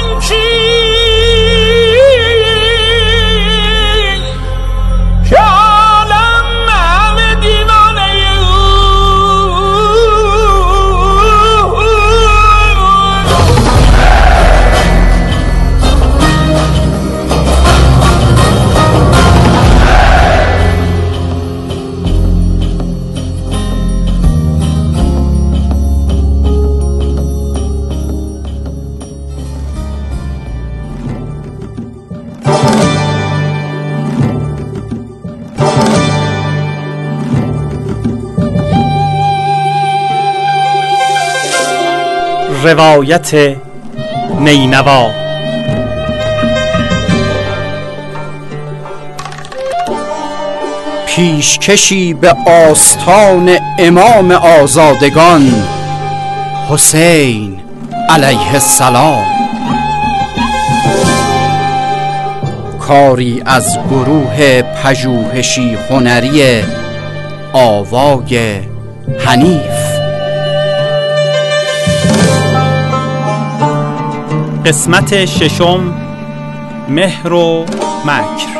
روایت نینوا. پیشکشی به آستان امام آزادگان حسین علیه السلام. کاری از گروه پژوهشی هنری آوای حنیف. قسمت ششم، مهر و مکر.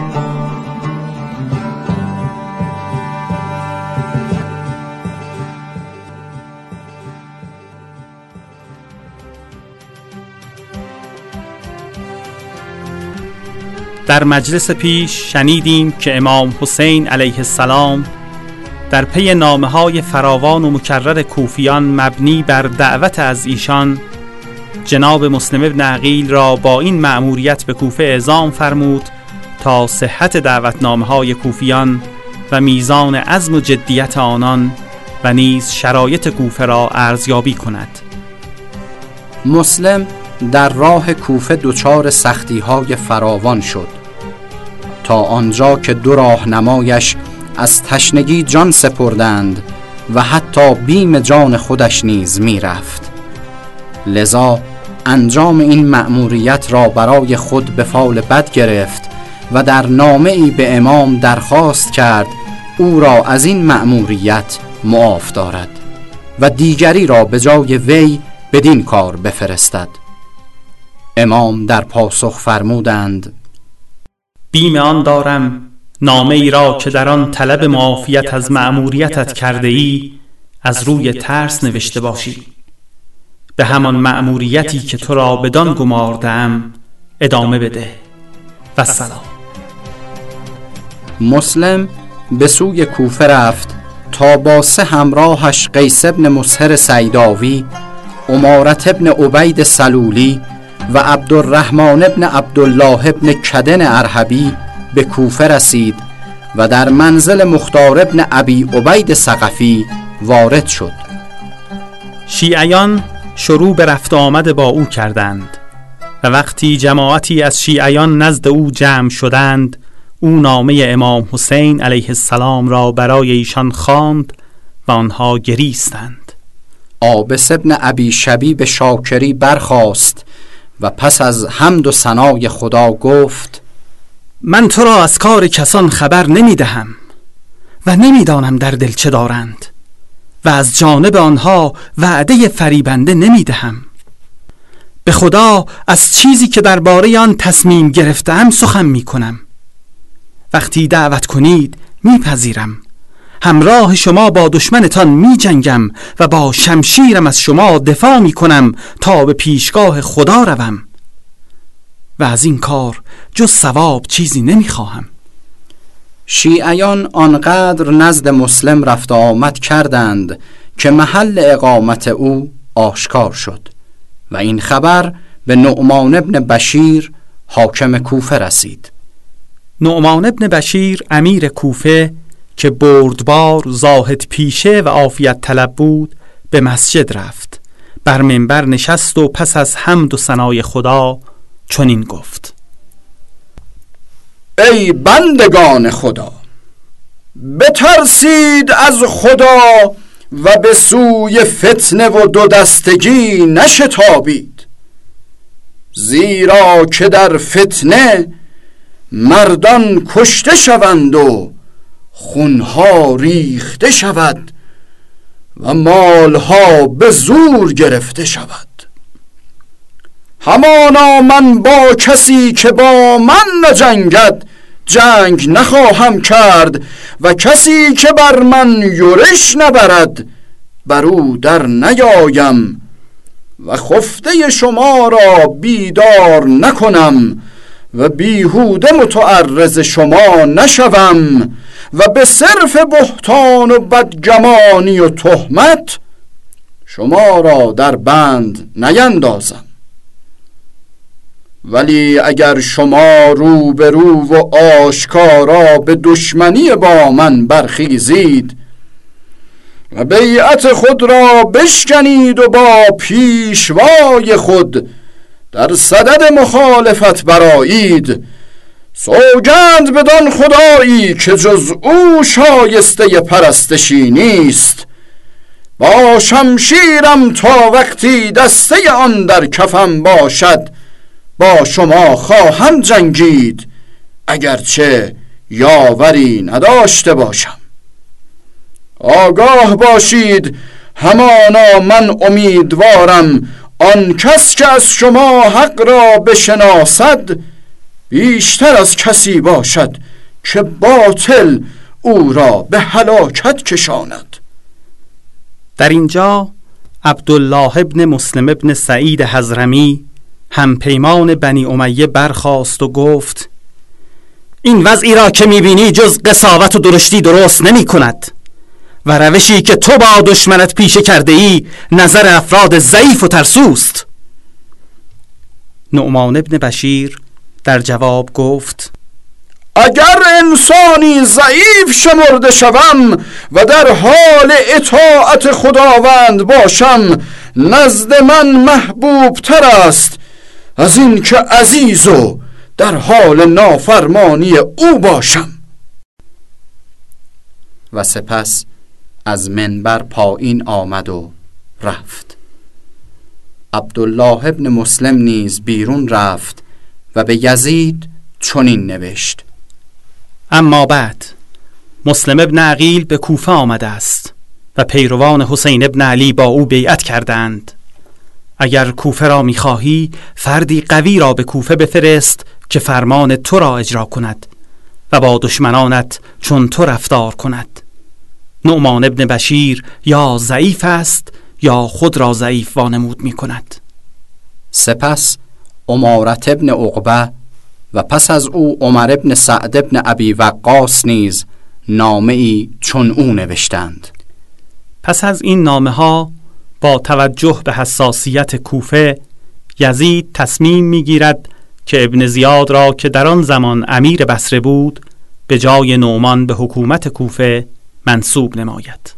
در مجلس پیش شنیدیم که امام حسین علیه السلام در پی نامه‌های فراوان و مکرر کوفیان مبنی بر دعوت از ایشان جناب مسلم ابن عقیل را با این مأموریت به کوفه اعزام فرمود تا صحت دعوتنامه‌های کوفیان و میزان عزم و جدیت آنان و نیز شرایط کوفه را ارزیابی کند. مسلم در راه کوفه دچار سختی‌های فراوان شد تا آنجا که دو راهنمایش از تشنگی جان سپردند و حتی بیم جان خودش نیز می رفت. لذا انجام این مأموریت را برای خود به فال بد گرفت و در نامه‌ای به امام درخواست کرد او را از این مأموریت معاف دارد و دیگری را به جای وی بدین کار بفرستد. امام در پاسخ فرمودند: بیم آن دارم نامه ای را که در آن طلب معافیت از مأموریتت کرده ای از روی ترس نوشته باشی. به همان مأموریتی که تو را بدان گماردم ادامه بده و سلام. مسلم به سوی کوفه رفت تا با 3 همراهش قیس ابن مسهر سیداوی، عمارت ابن عبید سلولی و عبدالرحمن ابن عبدالله ابن کدن ارهبی به کوفه رسید و در منزل مختار ابن ابی عبید ثقفی وارد شد. شیعیان شروع به رفت آمد با او کردند و وقتی جماعتی از شیعیان نزد او جمع شدند او نامه امام حسین علیه السلام را برای ایشان خواند و آنها گریستند. عابس ابن ابی شبیب شاکری برخاست و پس از حمد و ثنای خدا گفت: من تو را از کار کسان خبر نمی دهم و نمی دانم در دل چه دارند و از جانب آنها وعده فریبنده نمی دهم. به خدا از چیزی که درباره آن تصمیم گرفتم سخن می کنم. وقتی دعوت کنید می پذیرم. همراه شما با دشمنتان می جنگم و با شمشیرم از شما دفاع می کنم تا به پیشگاه خدا روم و از این کار جز ثواب چیزی نمی خواهم. شیعیان آنقدر نزد مسلم رفت آمد کردند که محل اقامت او آشکار شد و این خبر به نعمان ابن بشیر حاکم کوفه رسید. نعمان ابن بشیر امیر کوفه که بردبار، زاهد پیشه و عافیت طلب بود به مسجد رفت، بر منبر نشست و پس از حمد و ثنای خدا چنین گفت: ای بندگان خدا، بترسید از خدا و به سوی فتنه و دو دستگی نشتابید، زیرا که در فتنه مردان کشته شوند و خونها ریخته شود و مالها به زور گرفته شود. همانا من با کسی که با من نجنگد جنگ نخواهم کرد و کسی که بر من یورش نبرد بر او در نیایم و خفته شما را بیدار نکنم و بیهوده متعرض شما نشوم و به صرف بهتان و بدگمانی و تهمت شما را در بند نیندازم. ولی اگر شما رو به رو و آشکارا به دشمنی با من برخیزید و بیعت خود را بشکنید و با پیشوای خود در صدد مخالفت برآیید، سوگند بدان خدایی که جز او شایسته پرستشی نیست، با شمشیرم تا وقتی دسته آن در کفم باشد با شما خواهم جنگید، اگرچه یاوری نداشته باشم. آگاه باشید همانا من امیدوارم آن کس که از شما حق را بشناسد بیشتر از کسی باشد که باطل او را به هلاکت کشاند. در اینجا عبدالله ابن مسلم ابن سعید حضرمی همپیمان بنی امیه برخاست و گفت این وضعی را که میبینی جز قساوت و درشتی درست نمی کند و روشی که تو با دشمنت پیشه کرده ای نظر افراد ضعیف و ترسوست. نعمان ابن بشیر در جواب گفت اگر انسانی ضعیف شمرده شوم و در حال اطاعت خداوند باشم نزد من محبوب تر است از این که عزیز و در حال نافرمانی او باشم. و سپس از منبر پایین آمد و رفت. عبدالله ابن مسلم نیز بیرون رفت و به یزید چنین نوشت: اما بعد مسلم ابن عقیل به کوفه آمده است و پیروان حسین ابن علی با او بیعت کردند. اگر کوفه را می‌خواهی فردی قوی را به کوفه بفرست که فرمان تو را اجرا کند و با دشمنانت چون تو رفتار کند. نعمان ابن بشیر یا ضعیف است یا خود را ضعیف وانمود می کند. سپس عمارت ابن عقبه و پس از او عمر ابن سعد ابن ابی وقاص نیز نامه ای چون او نوشتند. پس از این نامه ها با توجه به حساسیت کوفه یزید تصمیم می گیرد که ابن زیاد را که در آن زمان امیر بصره بود به جای نعمان به حکومت کوفه منصوب نماید.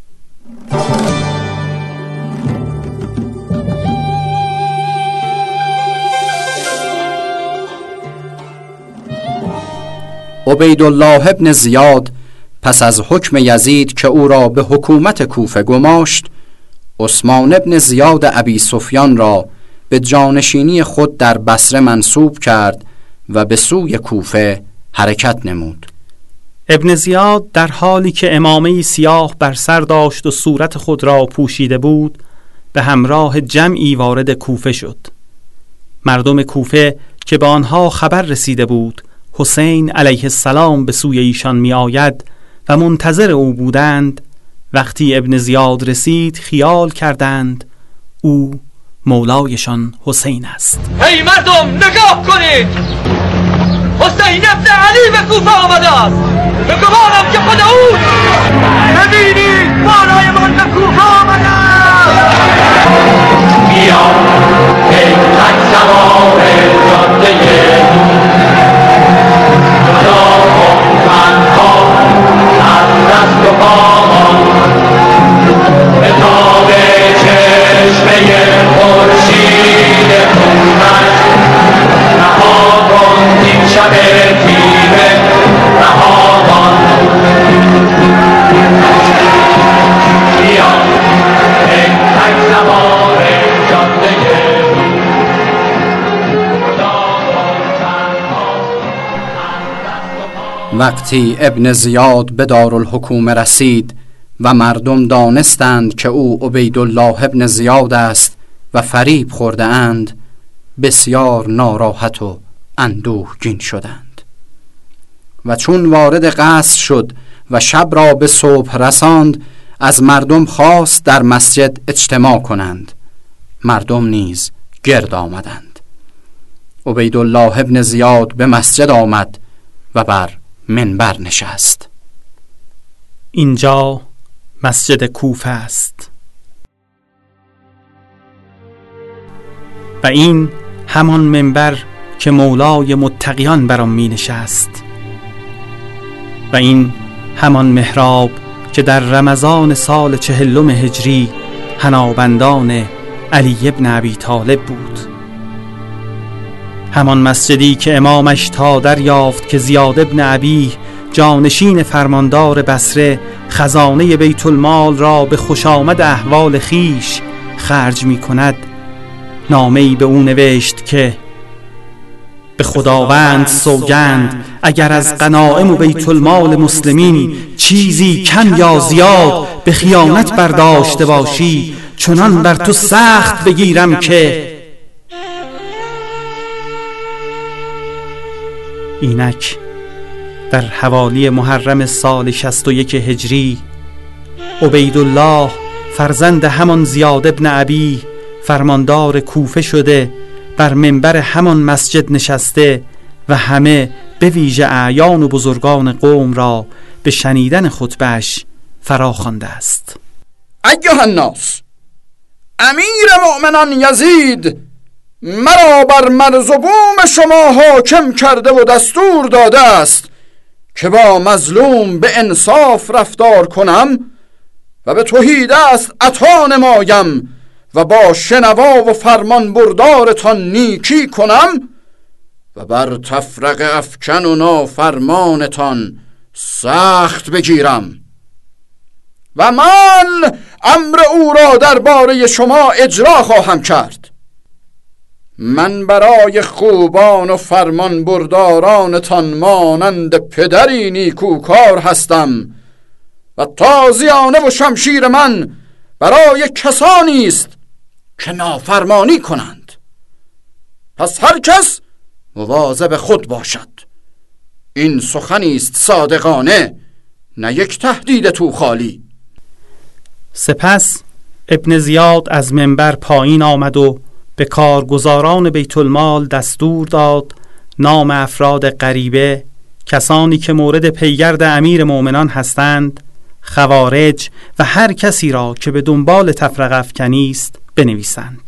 عبیدالله ابن زیاد پس از حکم یزید که او را به حکومت کوفه گماشت، عثمان ابن زیاد ابی سفیان را به جانشینی خود در بصره منصوب کرد و به سوی کوفه حرکت نمود. ابن زیاد در حالی که عمامه سیاه بر سر داشت و صورت خود را پوشیده بود به همراه جمعی وارد کوفه شد. مردم کوفه که به آنها خبر رسیده بود حسین علیه السلام به سوی ایشان می آید و منتظر او بودند، وقتی ابن زیاد رسید خیال کردند او مولایشان حسین است. ای مردم نگاه کنید، حسین ابن علی به کوفه آمده است. به گمانم که خود او ببینید بالای من به کوفه آمده است. بیا ای تک سوار جاده خدا منها از دست و پامان به تاب چشمه خورشید خونش رها کن این شب تیره رها کن. بیا ای تک سوار جاده وقتی ابن زیاد به دارالحکومه رسید و مردم دانستند که او عبیدالله ابن زیاد است و فریب خورده اند، بسیار ناراحت و اندوهگین شدند. و چون وارد قصر شد و شب را به صبح رساند، از مردم خواست در مسجد اجتماع کنند. مردم نیز گرد آمدند. عبیدالله ابن زیاد به مسجد آمد و بر منبر نشست. اینجا مسجد کوفه است و این همان منبر که مولای متقیان بر آن می نشست و این همان محراب که در رمضان سال 40 هجری حنابندان علی ابن ابی طالب بود. همان مسجدی که امامش تا دریافت که زیاد ابن ابی جانشین فرماندار بصره خزانه بیت المال را به خوشامد احوال خیش خرج می کند، نامه‌ای به او نوشت که به خداوند سوگند اگر از غنایم و بیت المال مسلمین چیزی کم یا زیاد به خیانت برداشته باشی، چنان بر تو سخت بگیرم که اینک در حوالی محرم سال 61 هجری عبیدالله فرزند همان زیاد ابن ابی فرماندار کوفه شده بر منبر همان مسجد نشسته و همه به ویژه اعیان و بزرگان قوم را به شنیدن خطبه‌اش فراخوانده است. ایها الناس، امیر مؤمنان یزید مرا بر مرز و بوم شما حاکم کرده و دستور داده است که با مظلوم به انصاف رفتار کنم و به تهیدست عطا نمایم و با شنوا و فرمان بردارتان نیکی کنم و بر تفرق افکن و نافرمانتان سخت بگیرم و من امر او را درباره شما اجرا خواهم کرد. من برای خوبان و فرمان بردارانتان مانند پدری نیکوکار هستم و تازیانه و شمشیر من برای کسانی است که نافرمانی کنند. پس هر کس مواظب خود باشد. این سخنی است صادقانه، نه یک تهدید تو خالی. سپس ابن زیاد از منبر پایین آمد و به کارگزاران بیت المال دستور داد نام افراد غریبه، کسانی که مورد پیگرد امیر مؤمنان هستند، خوارج و هر کسی را که به دنبال تفرقه افکنی است بنویسند.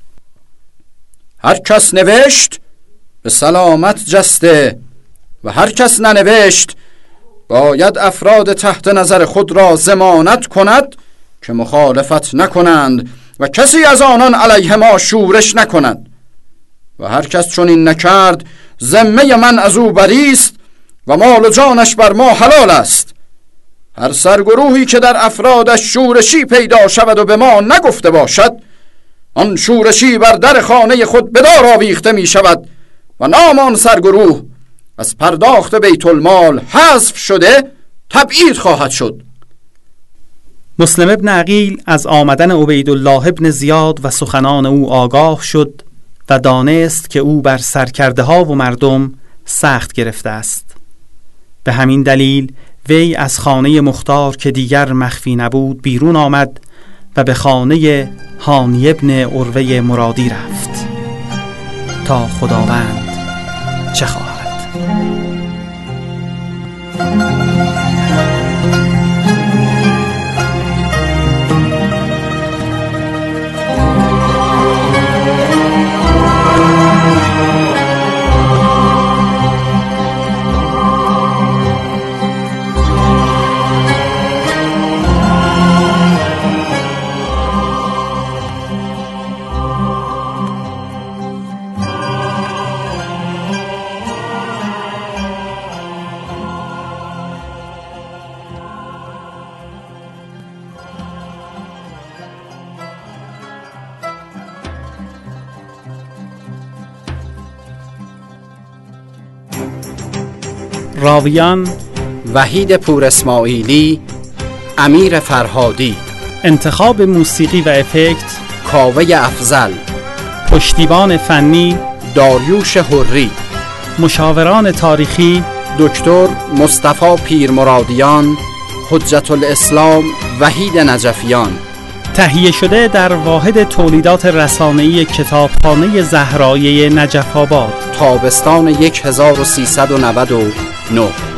هر کس نوشت به سلامت جسته و هر کس ننوشت باید افراد تحت نظر خود را ضمانت کند که مخالفت نکنند و کسی از آنان علیه ما شورش نکند و هر کس چون این نکرد ذمه من از او بری است و مال و جانش بر ما حلال است. هر سرگروهی که در افرادش شورشی پیدا شود و به ما نگفته باشد، آن شورشی بر در خانه خود به دار آویخته می شود و نام آن سرگروه از پرداخت بیت المال حذف شده تبعید خواهد شد. مسلم ابن عقیل از آمدن عبیدالله ابن زیاد و سخنان او آگاه شد و دانست که او بر سرکرده ها و مردم سخت گرفته است. به همین دلیل وی از خانه مختار که دیگر مخفی نبود بیرون آمد و به خانه هانی ابن عروه مرادی رفت تا خداوند چه خواهد. راویان: وحید پور اسماعیلی، امیر فرهادی. انتخاب موسیقی و افکت: کاوه افضل. پشتیبان فنی داریوش حری، مشاوران تاریخی دکتر مصطفی پیرمرادیان، حجت الاسلام وحید نجفیان. تهیه شده در واحد تولیدات رسانه‌ای کتابخانه زهرایه نجف آباد، تابستان 1399.